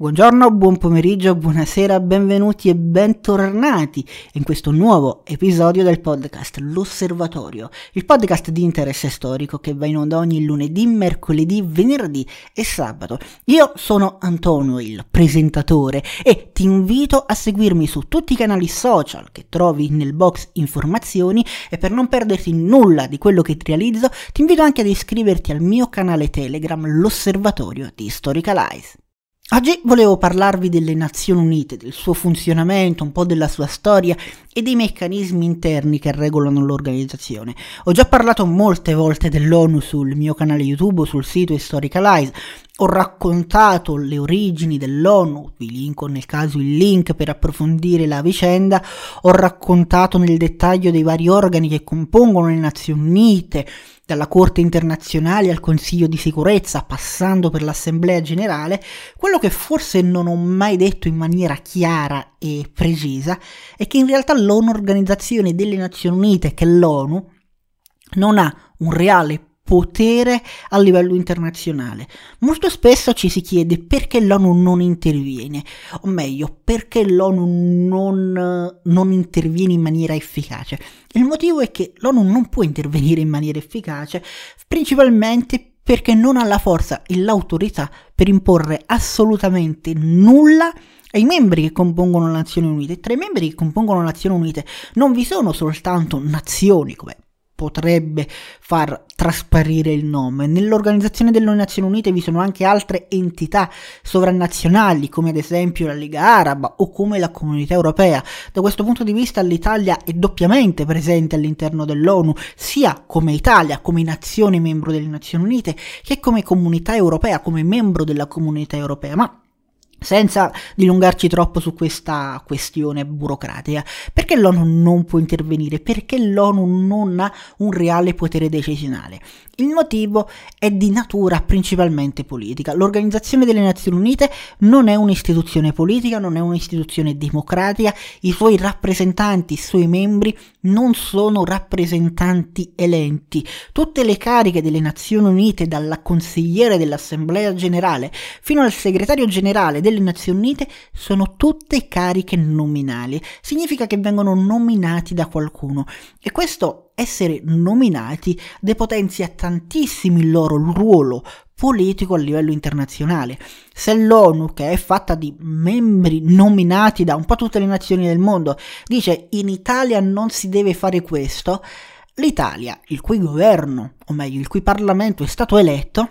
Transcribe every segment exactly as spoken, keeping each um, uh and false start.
Buongiorno, buon pomeriggio, buonasera, benvenuti e bentornati in questo nuovo episodio del podcast L'Osservatorio, il podcast di interesse storico che va in onda ogni lunedì, mercoledì, venerdì e sabato. Io sono Antonio, il presentatore, e ti invito a seguirmi su tutti i canali social che trovi nel box informazioni, e per non perderti nulla di quello che realizzo ti invito anche ad iscriverti al mio canale Telegram, L'Osservatorio di Historicalize. Oggi volevo parlarvi delle Nazioni Unite, del suo funzionamento, un po' della sua storia e dei meccanismi interni che regolano l'organizzazione. Ho già parlato molte volte dell'ONU sul mio canale YouTube, sul sito Historicalize. Ho raccontato le origini dell'ONU, vi linko nel caso il link per approfondire la vicenda. Ho raccontato nel dettaglio dei vari organi che compongono le Nazioni Unite, dalla Corte internazionale al Consiglio di sicurezza, passando per l'Assemblea generale. Quello che forse non ho mai detto in maniera chiara e precisa è che in realtà l'Organizzazione delle Nazioni Unite, che è l'ONU, non ha un reale potere a livello internazionale. Molto spesso ci si chiede perché l'ONU non interviene, o meglio, perché l'ONU non, non interviene in maniera efficace. Il motivo è che l'ONU non può intervenire in maniera efficace, principalmente perché non ha la forza e l'autorità per imporre assolutamente nulla ai membri che compongono le Nazioni Unite. Tra i membri che compongono le Nazioni Unite non vi sono soltanto nazioni, come potrebbe far trasparire il nome. Nell'Organizzazione delle Nazioni Unite vi sono anche altre entità sovranazionali, come ad esempio la Lega Araba o come la Comunità Europea. Da questo punto di vista l'Italia è doppiamente presente all'interno dell'ONU, sia come Italia, come nazione membro delle Nazioni Unite, che come Comunità Europea, come membro della Comunità Europea. Ma senza dilungarci troppo su questa questione burocratica, perché l'ONU non può intervenire? Perché l'ONU non ha un reale potere decisionale? Il motivo è di natura principalmente politica. L'Organizzazione delle Nazioni Unite non è un'istituzione politica, non è un'istituzione democratica, i suoi rappresentanti, i suoi membri non sono rappresentanti elenti. Tutte le cariche delle Nazioni Unite, dalla consigliere dell'Assemblea Generale fino al segretario generale delle Nazioni Unite, sono tutte cariche nominali. Significa che vengono nominati da qualcuno, e questo essere nominati depotenzia tantissimo il loro ruolo politico a livello internazionale. Se l'ONU, che è fatta di membri nominati da un po' tutte le nazioni del mondo, dice in Italia non si deve fare questo, l'Italia, il cui governo, o meglio il cui Parlamento è stato eletto,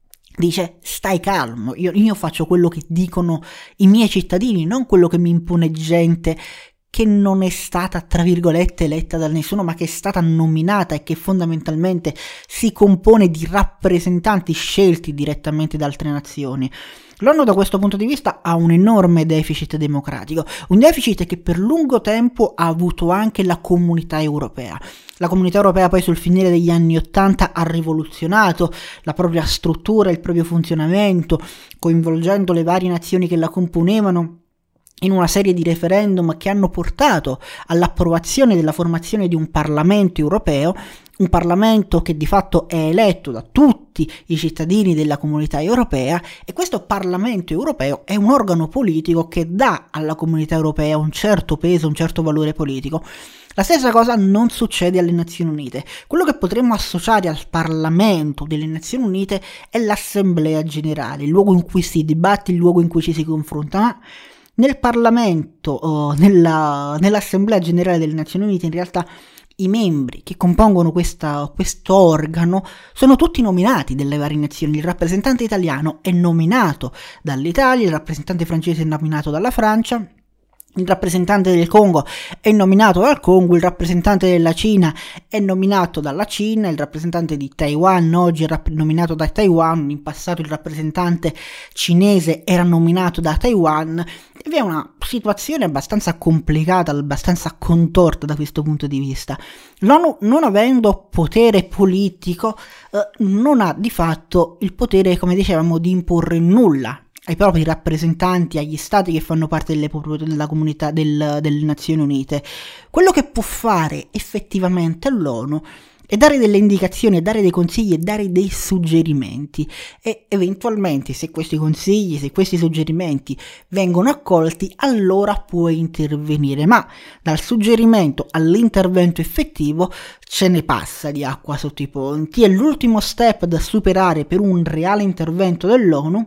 dice stai calmo, io, io faccio quello che dicono i miei cittadini, non quello che mi impone gente che non è stata, tra virgolette, eletta da nessuno, ma che è stata nominata e che fondamentalmente si compone di rappresentanti scelti direttamente da altre nazioni. L'ONU da questo punto di vista ha un enorme deficit democratico, un deficit che per lungo tempo ha avuto anche la Comunità Europea. La Comunità Europea poi sul finire degli anni Ottanta ha rivoluzionato la propria struttura, il proprio funzionamento, coinvolgendo le varie nazioni che la componevano in una serie di referendum che hanno portato all'approvazione della formazione di un Parlamento europeo, un Parlamento che di fatto è eletto da tutti i cittadini della Comunità Europea, e questo Parlamento europeo è un organo politico che dà alla Comunità Europea un certo peso, un certo valore politico. La stessa cosa non succede alle Nazioni Unite. Quello che potremmo associare al Parlamento delle Nazioni Unite è l'Assemblea Generale, il luogo in cui si dibatte, il luogo in cui ci si confronta, ma nel Parlamento o nella, nell'Assemblea Generale delle Nazioni Unite in realtà i membri che compongono questa, questo organo sono tutti nominati dalle varie nazioni. Il rappresentante italiano è nominato dall'Italia, il rappresentante francese è nominato dalla Francia, il rappresentante del Congo è nominato dal Congo, il rappresentante della Cina è nominato dalla Cina, il rappresentante di Taiwan oggi è rap- nominato da Taiwan, in passato il rappresentante cinese era nominato da Taiwan, e vi è una situazione abbastanza complicata, abbastanza contorta da questo punto di vista. L'ONU, non avendo potere politico, eh, non ha di fatto il potere, come dicevamo, di imporre nulla ai propri rappresentanti, agli stati che fanno parte delle, della comunità del, delle Nazioni Unite. Quello che può fare effettivamente l'ONU e dare delle indicazioni, dare dei consigli e dare dei suggerimenti, e eventualmente se questi consigli, se questi suggerimenti vengono accolti, allora puoi intervenire, ma dal suggerimento all'intervento effettivo ce ne passa di acqua sotto i ponti, e l'ultimo step da superare per un reale intervento dell'ONU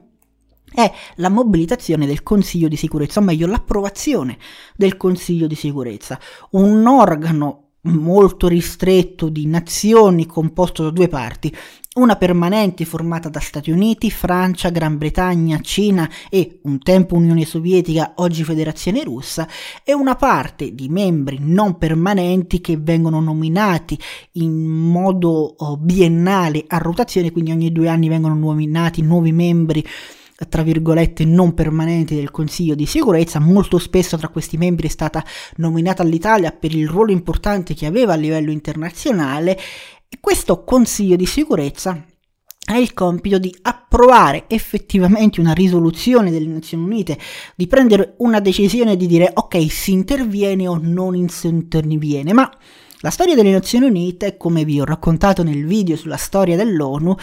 è la mobilitazione del Consiglio di Sicurezza, o meglio l'approvazione del Consiglio di Sicurezza, un organo molto ristretto di nazioni composto da due parti, una permanente formata da Stati Uniti, Francia, Gran Bretagna, Cina e un tempo Unione Sovietica, oggi Federazione Russa, e una parte di membri non permanenti che vengono nominati in modo oh, biennale a rotazione, quindi ogni due anni vengono nominati nuovi membri tra virgolette non permanenti del Consiglio di Sicurezza. Molto spesso tra questi membri è stata nominata l'Italia per il ruolo importante che aveva a livello internazionale, e questo Consiglio di Sicurezza ha il compito di approvare effettivamente una risoluzione delle Nazioni Unite, di prendere una decisione, di dire ok, si interviene o non si interviene. Ma la storia delle Nazioni Unite, come vi ho raccontato nel video sulla storia dell'ONU,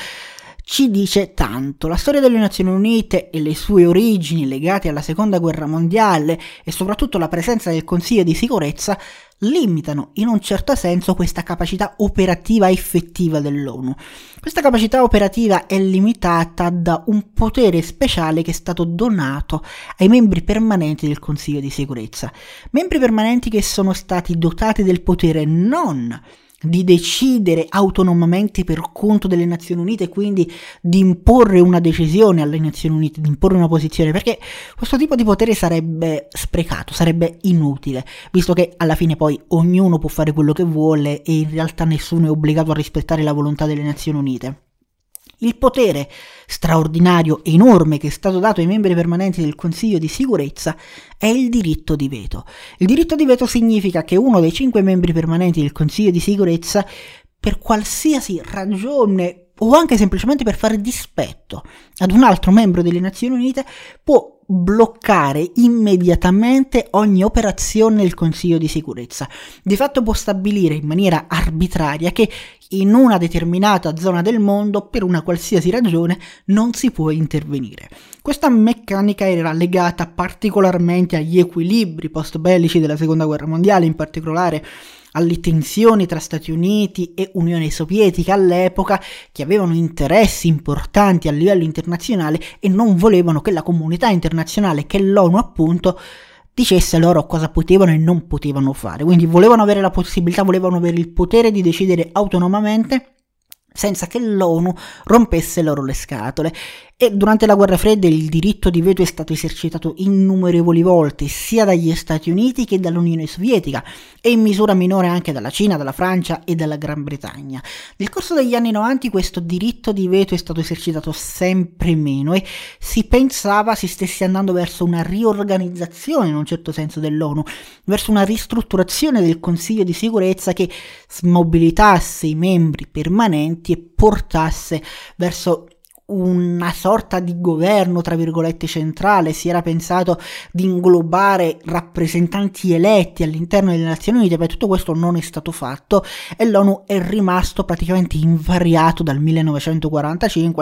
ci dice tanto. La storia delle Nazioni Unite e le sue origini legate alla Seconda Guerra Mondiale e soprattutto la presenza del Consiglio di Sicurezza limitano in un certo senso questa capacità operativa effettiva dell'ONU. Questa capacità operativa è limitata da un potere speciale che è stato donato ai membri permanenti del Consiglio di Sicurezza. Membri permanenti che sono stati dotati del potere non di decidere autonomamente per conto delle Nazioni Unite, quindi di imporre una decisione alle Nazioni Unite, di imporre una posizione, perché questo tipo di potere sarebbe sprecato, sarebbe inutile, visto che alla fine poi ognuno può fare quello che vuole e in realtà nessuno è obbligato a rispettare la volontà delle Nazioni Unite. Il potere straordinario, enorme, che è stato dato ai membri permanenti del Consiglio di Sicurezza è il diritto di veto. Il diritto di veto significa che uno dei cinque membri permanenti del Consiglio di Sicurezza, per qualsiasi ragione o anche semplicemente per fare dispetto ad un altro membro delle Nazioni Unite, può bloccare immediatamente ogni operazione del Consiglio di Sicurezza. Di fatto può stabilire in maniera arbitraria che in una determinata zona del mondo, per una qualsiasi ragione, non si può intervenire. Questa meccanica era legata particolarmente agli equilibri post-bellici della Seconda Guerra Mondiale, in particolare alle tensioni tra Stati Uniti e Unione Sovietica all'epoca, che avevano interessi importanti a livello internazionale e non volevano che la comunità internazionale, che l'ONU appunto, dicesse loro cosa potevano e non potevano fare. Quindi volevano avere la possibilità, volevano avere il potere di decidere autonomamente senza che l'ONU rompesse loro le scatole. E durante la guerra fredda il diritto di veto è stato esercitato innumerevoli volte sia dagli Stati Uniti che dall'Unione Sovietica, e in misura minore anche dalla Cina, dalla Francia e dalla Gran Bretagna. Nel corso degli anni novanta questo diritto di veto è stato esercitato sempre meno e si pensava si stesse andando verso una riorganizzazione in un certo senso dell'ONU, verso una ristrutturazione del Consiglio di Sicurezza che smobilitasse i membri permanenti e portasse verso una sorta di governo tra virgolette centrale. Si era pensato di inglobare rappresentanti eletti all'interno delle Nazioni Unite, ma tutto questo non è stato fatto e l'ONU è rimasto praticamente invariato dal millenovecentoquarantacinque,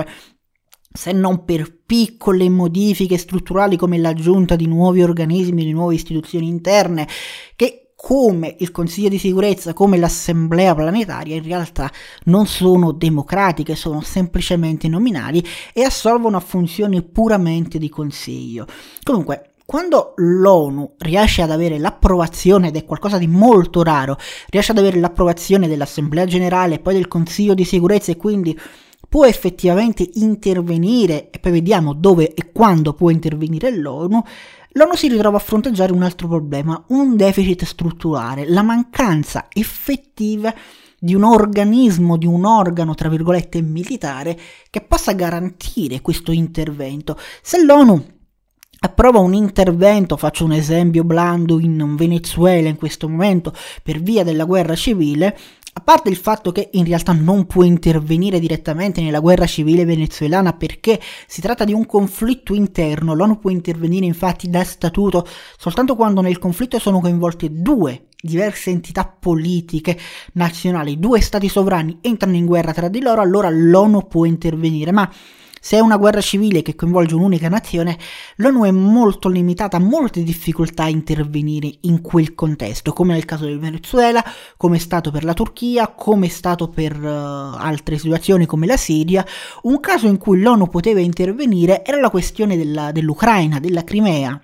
se non per piccole modifiche strutturali come l'aggiunta di nuovi organismi, di nuove istituzioni interne che, come il Consiglio di Sicurezza, come l'Assemblea planetaria, in realtà non sono democratiche, sono semplicemente nominali e assolvono a funzioni puramente di consiglio. Comunque, quando l'ONU riesce ad avere l'approvazione, ed è qualcosa di molto raro, riesce ad avere l'approvazione dell'Assemblea Generale e poi del Consiglio di Sicurezza e quindi può effettivamente intervenire, e poi vediamo dove e quando può intervenire l'ONU, l'ONU si ritrova a fronteggiare un altro problema, un deficit strutturale, la mancanza effettiva di un organismo, di un organo, tra virgolette, militare che possa garantire questo intervento. Se l'ONU approva un intervento, faccio un esempio blando, in Venezuela in questo momento per via della guerra civile, A parte il fatto che in realtà non può intervenire direttamente nella guerra civile venezuelana perché si tratta di un conflitto interno, l'ONU può intervenire infatti da statuto soltanto quando nel conflitto sono coinvolte due diverse entità politiche nazionali, due stati sovrani entrano in guerra tra di loro, allora l'ONU può intervenire, ma se è una guerra civile che coinvolge un'unica nazione, l'ONU è molto limitata, ha molte difficoltà a intervenire in quel contesto, come nel caso del Venezuela, come è stato per la Turchia, come è stato per uh, altre situazioni come la Siria. Un caso in cui l'ONU poteva intervenire era la questione della, dell'Ucraina, della Crimea,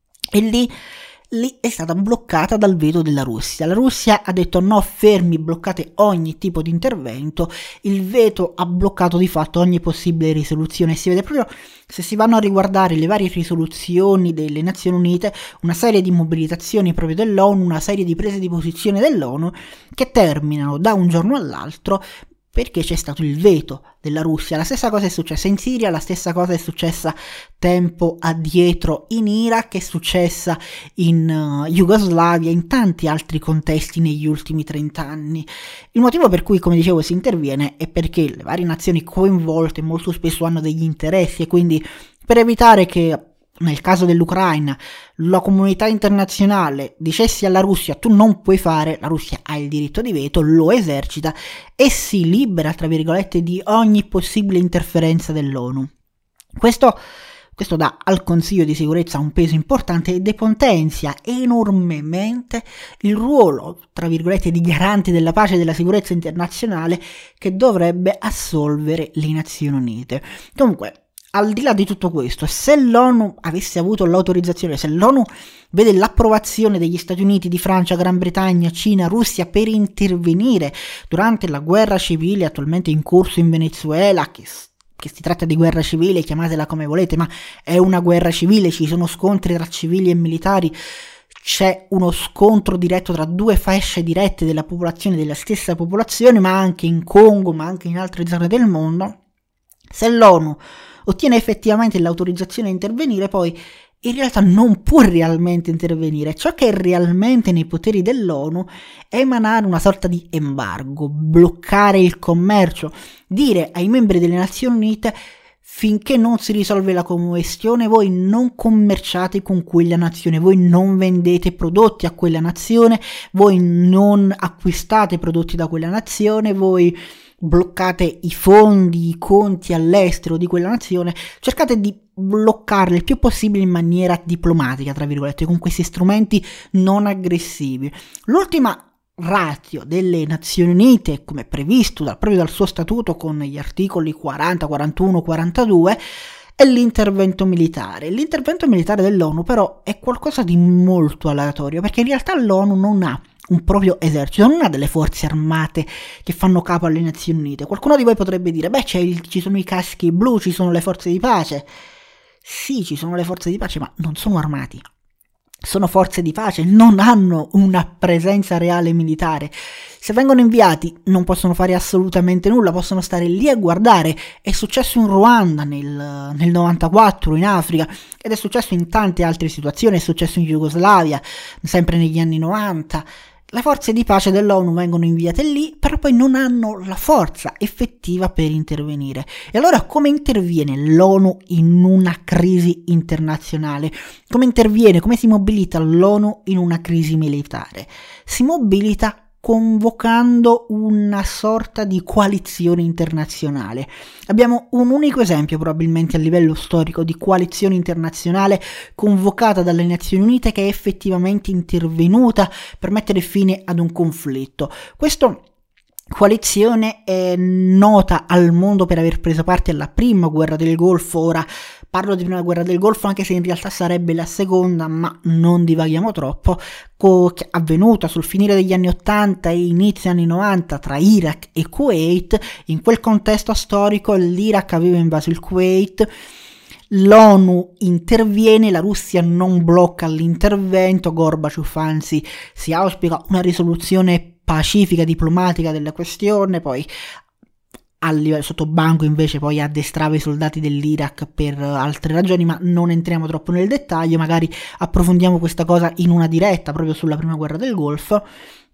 e lì lì è stata bloccata dal veto della Russia. La Russia ha detto no, fermi, bloccate ogni tipo di intervento. Il veto ha bloccato di fatto ogni possibile risoluzione. Si vede proprio, se si vanno a riguardare le varie risoluzioni delle Nazioni Unite, una serie di mobilitazioni proprio dell'ONU, una serie di prese di posizione dell'ONU che terminano da un giorno all'altro perché c'è stato il veto della Russia. La stessa cosa è successa in Siria, la stessa cosa è successa tempo addietro in Iraq, è successa in uh, Jugoslavia, in tanti altri contesti negli ultimi trent'anni. Il motivo per cui, come dicevo, si interviene è perché le varie nazioni coinvolte molto spesso hanno degli interessi e quindi per evitare che nel caso dell'Ucraina la comunità internazionale dicesse alla Russia tu non puoi fare, la Russia ha il diritto di veto, lo esercita e si libera tra virgolette di ogni possibile interferenza dell'ONU. Questo, questo dà al Consiglio di sicurezza un peso importante e depotenzia enormemente il ruolo tra virgolette di garante della pace e della sicurezza internazionale che dovrebbe assolvere le Nazioni Unite. Comunque, al di là di tutto questo, se l'ONU avesse avuto l'autorizzazione, se l'ONU vede l'approvazione degli Stati Uniti, di Francia, Gran Bretagna, Cina, Russia per intervenire durante la guerra civile attualmente in corso in Venezuela, che, che si tratta di guerra civile, chiamatela come volete, ma è una guerra civile, ci sono scontri tra civili e militari, c'è uno scontro diretto tra due fasce dirette della popolazione, della stessa popolazione, ma anche in Congo, ma anche in altre zone del mondo. Se l'ONU ottiene effettivamente l'autorizzazione a intervenire, poi in realtà non può realmente intervenire. Ciò che è realmente nei poteri dell'ONU è emanare una sorta di embargo, bloccare il commercio, dire ai membri delle Nazioni Unite finché non si risolve la questione voi non commerciate con quella nazione, voi non vendete prodotti a quella nazione, voi non acquistate prodotti da quella nazione, voi bloccate i fondi, i conti all'estero di quella nazione, cercate di bloccarli il più possibile in maniera diplomatica, tra virgolette, con questi strumenti non aggressivi. L'ultima ratio delle Nazioni Unite, come previsto dal, proprio dal suo statuto con gli articoli quaranta, quarantuno, quarantadue, è l'intervento militare. L'intervento militare dell'ONU però è qualcosa di molto aleatorio, perché in realtà l'ONU non ha un proprio esercito, non ha delle forze armate che fanno capo alle Nazioni Unite. Qualcuno di voi potrebbe dire, beh, c'è il, ci sono i caschi blu, ci sono le forze di pace. Sì, ci sono le forze di pace, ma non sono armati. Sono forze di pace, non hanno una presenza reale militare. Se vengono inviati non possono fare assolutamente nulla, possono stare lì a guardare. È successo in Ruanda nel, nel novantaquattro, in Africa, ed è successo in tante altre situazioni, è successo in Jugoslavia, sempre negli anni novanta. Le forze di pace dell'ONU vengono inviate lì, però poi non hanno la forza effettiva per intervenire. E allora come interviene l'ONU in una crisi internazionale? Come interviene, come si mobilita l'ONU in una crisi militare? Si mobilita convocando una sorta di coalizione internazionale. Abbiamo un unico esempio probabilmente a livello storico di coalizione internazionale convocata dalle Nazioni Unite che è effettivamente intervenuta per mettere fine ad un conflitto. Questa coalizione è nota al mondo per aver preso parte alla prima guerra del Golfo. Ora parlo di prima guerra del Golfo anche se in realtà sarebbe la seconda, ma non divaghiamo troppo, co- che è avvenuta sul finire degli anni ottanta e inizio anni novanta tra Iraq e Kuwait. In quel contesto storico l'Iraq aveva invaso il Kuwait, l'ONU interviene, la Russia non blocca l'intervento, Gorbaciov anzi si auspica una risoluzione pacifica, diplomatica della questione, poi a livello sotto banco invece poi addestrava i soldati dell'Iraq per altre ragioni, ma non entriamo troppo nel dettaglio, magari approfondiamo questa cosa in una diretta proprio sulla prima guerra del Golfo.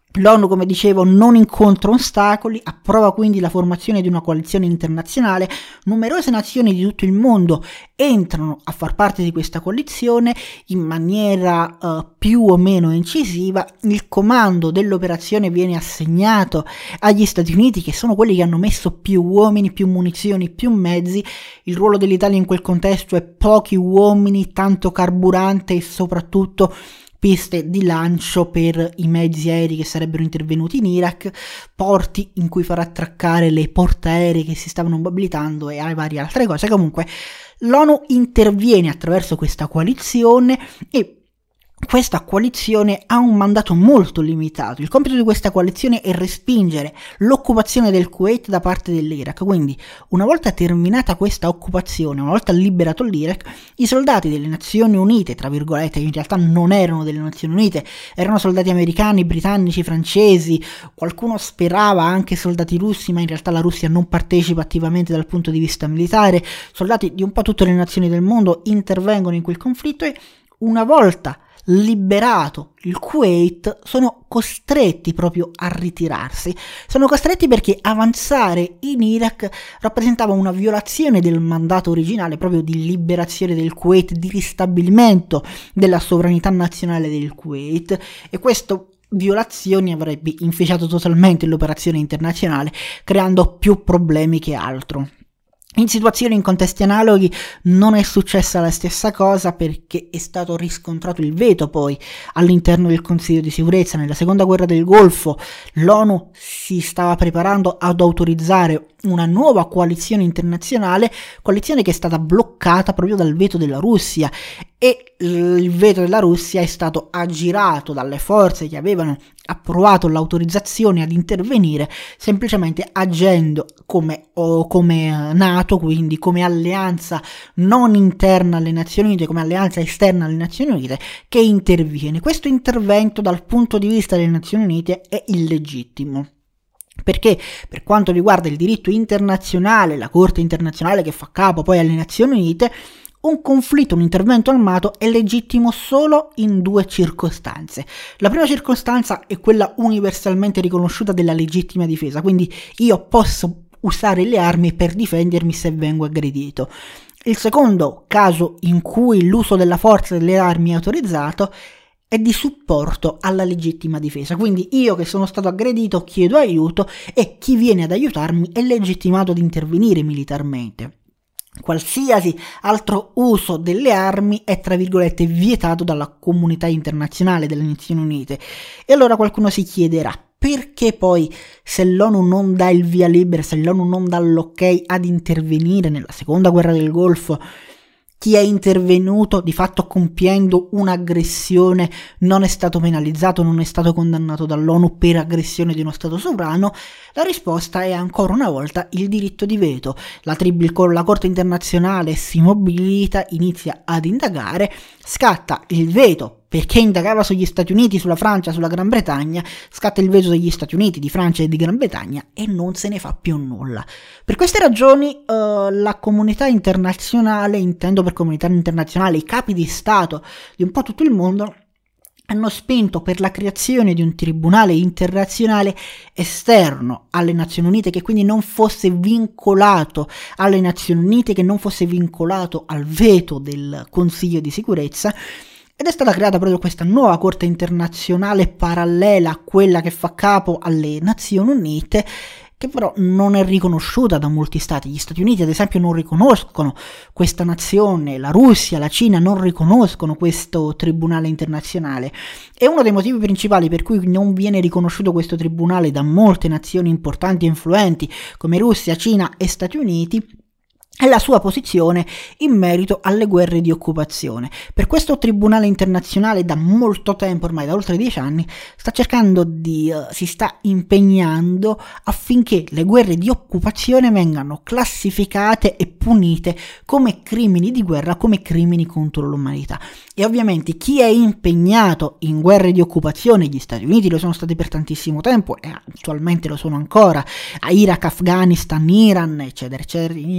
L'ONU, come dicevo, non incontra ostacoli, approva quindi la formazione di una coalizione internazionale. Numerose nazioni di tutto il mondo entrano a far parte di questa coalizione in maniera uh, più o meno incisiva. Il comando dell'operazione viene assegnato agli Stati Uniti, che sono quelli che hanno messo più uomini, più munizioni, più mezzi. Il ruolo dell'Italia in quel contesto è pochi uomini, tanto carburante e soprattutto piste di lancio per i mezzi aerei che sarebbero intervenuti in Iraq, porti in cui far attraccare le portaerei che si stavano mobilitando e varie altre cose. Comunque l'ONU interviene attraverso questa coalizione e questa coalizione ha un mandato molto limitato. Il compito di questa coalizione è respingere l'occupazione del Kuwait da parte dell'Iraq. Quindi, una volta terminata questa occupazione, una volta liberato l'Iraq, i soldati delle Nazioni Unite, tra virgolette, in realtà non erano delle Nazioni Unite, erano soldati americani, britannici, francesi, qualcuno sperava anche soldati russi, ma in realtà la Russia non partecipa attivamente dal punto di vista militare. Soldati di un po' tutte le nazioni del mondo intervengono in quel conflitto e una volta liberato il Kuwait sono costretti proprio a ritirarsi. Sono costretti perché avanzare in Iraq rappresentava una violazione del mandato originale proprio di liberazione del Kuwait, di ristabilimento della sovranità nazionale del Kuwait, e questo violazioni avrebbe inficiato totalmente l'operazione internazionale, creando più problemi che altro. In situazioni in contesti analoghi non è successa la stessa cosa, perché è stato riscontrato il veto poi all'interno del Consiglio di sicurezza. Nella seconda guerra del Golfo l'ONU si stava preparando ad autorizzare una nuova coalizione internazionale, coalizione che è stata bloccata proprio dal veto della Russia, e il veto della Russia è stato aggirato dalle forze che avevano approvato l'autorizzazione ad intervenire, semplicemente agendo come, o come NATO, quindi come alleanza non interna alle Nazioni Unite, come alleanza esterna alle Nazioni Unite, che interviene. Questo intervento dal punto di vista delle Nazioni Unite è illegittimo, perché per quanto riguarda il diritto internazionale, la Corte internazionale che fa capo poi alle Nazioni Unite, un conflitto, un intervento armato è legittimo solo in due circostanze. La prima circostanza è quella universalmente riconosciuta della legittima difesa, quindi io posso usare le armi per difendermi se vengo aggredito. Il secondo caso in cui l'uso della forza delle armi è autorizzato è di supporto alla legittima difesa, quindi io che sono stato aggredito chiedo aiuto e chi viene ad aiutarmi è legittimato ad intervenire militarmente. Qualsiasi altro uso delle armi è, tra virgolette, vietato dalla comunità internazionale delle Nazioni Unite. E allora qualcuno si chiederà: perché poi, se l'ONU non dà il via libera, se l'ONU non dà l'ok ad intervenire nella seconda guerra del Golfo, chi è intervenuto di fatto compiendo un'aggressione non è stato penalizzato, non è stato condannato dall'ONU per aggressione di uno Stato sovrano? La risposta è ancora una volta il diritto di veto. La, trib- la Corte internazionale si mobilita, inizia ad indagare, scatta il veto perché indagava sugli Stati Uniti, sulla Francia, sulla Gran Bretagna, scatta il veto degli Stati Uniti, di Francia e di Gran Bretagna e non se ne fa più nulla. Per queste ragioni uh, la comunità internazionale, intendo per comunità internazionale i capi di Stato di un po' tutto il mondo, hanno spinto per la creazione di un tribunale internazionale esterno alle Nazioni Unite, che quindi non fosse vincolato alle Nazioni Unite, che non fosse vincolato al veto del Consiglio di sicurezza. Ed è stata creata proprio questa nuova Corte internazionale parallela a quella che fa capo alle Nazioni Unite, che però non è riconosciuta da molti stati. Gli Stati Uniti, ad esempio, non riconoscono questa nazione, la Russia, la Cina non riconoscono questo tribunale internazionale. E uno dei motivi principali per cui non viene riconosciuto questo tribunale da molte nazioni importanti e influenti come Russia, Cina e Stati Uniti è la sua posizione in merito alle guerre di occupazione. Per questo tribunale internazionale da molto tempo, ormai da oltre dieci anni, sta cercando di, uh, si sta impegnando affinché le guerre di occupazione vengano classificate e punite come crimini di guerra, come crimini contro l'umanità. E ovviamente chi è impegnato in guerre di occupazione, gli Stati Uniti lo sono stati per tantissimo tempo e attualmente lo sono ancora, a Iraq, Afghanistan, Iran, eccetera, eccetera, in Iran no,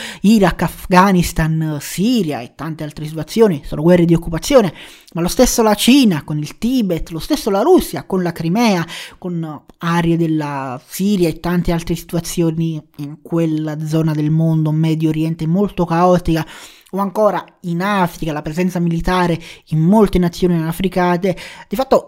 Iraq, Afghanistan, Siria e tante altre situazioni sono guerre di occupazione, ma lo stesso la Cina con il Tibet, lo stesso la Russia con la Crimea, con aree della Siria e tante altre situazioni in quella zona del mondo, Medio Oriente, molto caotica, o ancora in Africa la presenza militare in molte nazioni africane, di fatto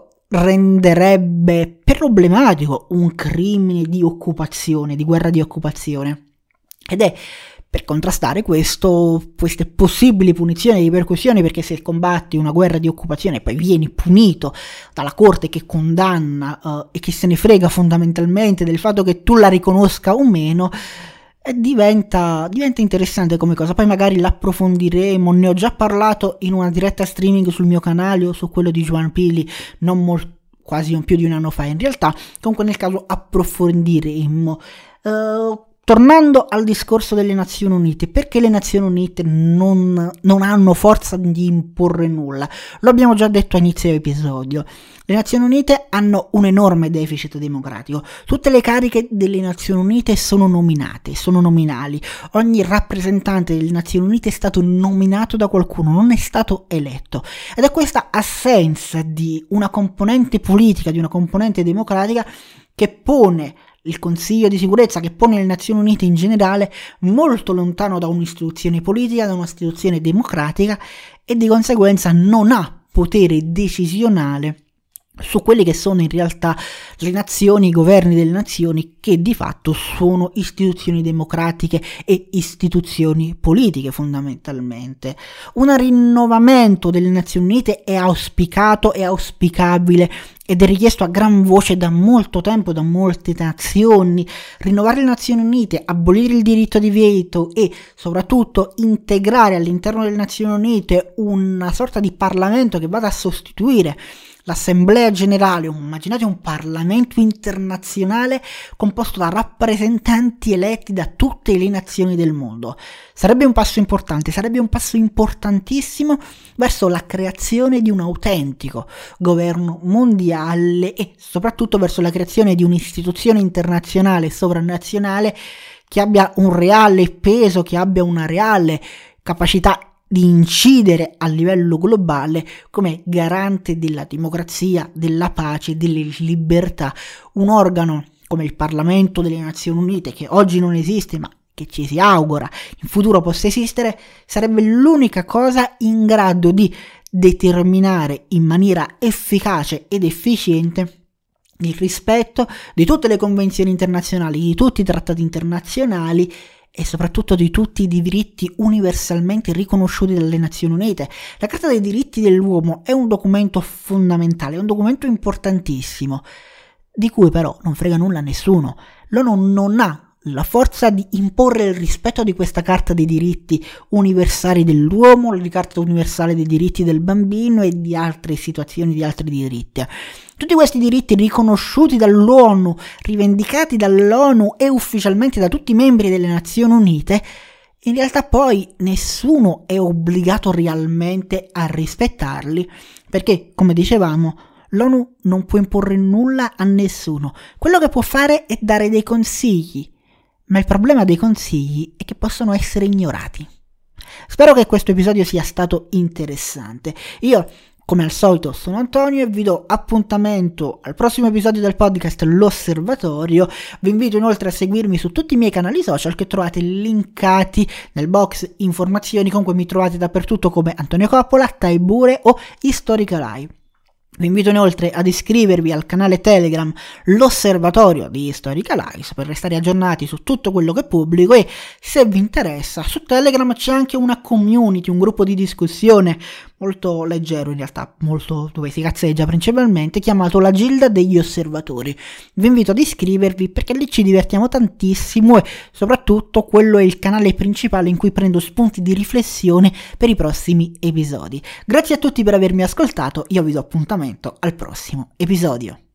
renderebbe problematico un crimine di occupazione, di guerra di occupazione. Ed è per contrastare questo, queste possibili punizioni e ripercussioni, perché se combatti una guerra di occupazione e poi vieni punito dalla corte che condanna uh, e che se ne frega fondamentalmente del fatto che tu la riconosca o meno, eh, diventa, diventa interessante come cosa. Poi magari l'approfondiremo, ne ho già parlato in una diretta streaming sul mio canale o su quello di Juan Pili, non molto, quasi un più di un anno fa in realtà. Comunque nel caso approfondiremo. Uh, tornando al discorso delle Nazioni Unite, perché le Nazioni Unite non, non hanno forza di imporre nulla? Lo abbiamo già detto a inizio episodio. Le Nazioni Unite hanno un enorme deficit democratico. Tutte le cariche delle Nazioni Unite sono nominate, sono nominali. Ogni rappresentante delle Nazioni Unite è stato nominato da qualcuno, non è stato eletto. Ed è questa assenza di una componente politica, di una componente democratica, che pone il Consiglio di sicurezza, che pone le Nazioni Unite in generale molto lontano da un'istituzione politica, da un'istituzione democratica, e di conseguenza non ha potere decisionale su quelli che sono in realtà le nazioni, i governi delle nazioni, che di fatto sono istituzioni democratiche e istituzioni politiche fondamentalmente. Un rinnovamento delle Nazioni Unite è auspicato, è auspicabile ed è richiesto a gran voce da molto tempo da molte nazioni. Rinnovare le Nazioni Unite, abolire il diritto di veto e soprattutto integrare all'interno delle Nazioni Unite una sorta di Parlamento che vada a sostituire l'Assemblea Generale. Immaginate un Parlamento internazionale composto da rappresentanti eletti da tutte le nazioni del mondo. Sarebbe un passo importante, sarebbe un passo importantissimo verso la creazione di un autentico governo mondiale e soprattutto verso la creazione di un'istituzione internazionale sovranazionale che abbia un reale peso, che abbia una reale capacità di incidere a livello globale come garante della democrazia, della pace, delle libertà. Un organo come il Parlamento delle Nazioni Unite, che oggi non esiste ma che ci si augura in futuro possa esistere, sarebbe l'unica cosa in grado di determinare in maniera efficace ed efficiente il rispetto di tutte le convenzioni internazionali, di tutti i trattati internazionali e soprattutto di tutti i diritti universalmente riconosciuti dalle Nazioni Unite. La Carta dei diritti dell'uomo è un documento fondamentale, è un documento importantissimo, di cui però non frega nulla a nessuno. L'ONU non ha la forza di imporre il rispetto di questa Carta dei diritti universali dell'uomo, la Carta universale dei diritti del bambino e di altre situazioni, di altri diritti. Tutti questi diritti riconosciuti dall'ONU, rivendicati dall'ONU e ufficialmente da tutti i membri delle Nazioni Unite, in realtà poi nessuno è obbligato realmente a rispettarli, perché, come dicevamo, l'ONU non può imporre nulla a nessuno. Quello che può fare è dare dei consigli, ma il problema dei consigli è che possono essere ignorati. Spero che questo episodio sia stato interessante. Io, come al solito, sono Antonio e vi do appuntamento al prossimo episodio del podcast L'Osservatorio. Vi invito inoltre a seguirmi su tutti i miei canali social che trovate linkati nel box informazioni. Comunque mi trovate dappertutto come Antonio Coppola, Taibure o Historicalai. Vi invito inoltre ad iscrivervi al canale Telegram L'Osservatorio di Historical Eyes per restare aggiornati su tutto quello che pubblico, e se vi interessa su Telegram c'è anche una community, un gruppo di discussione molto leggero, in realtà molto dove si cazzeggia principalmente, chiamato La Gilda degli Osservatori. Vi invito ad iscrivervi perché lì ci divertiamo tantissimo e soprattutto quello è il canale principale in cui prendo spunti di riflessione per i prossimi episodi. Grazie a tutti per avermi ascoltato, io vi do appuntamento al prossimo episodio.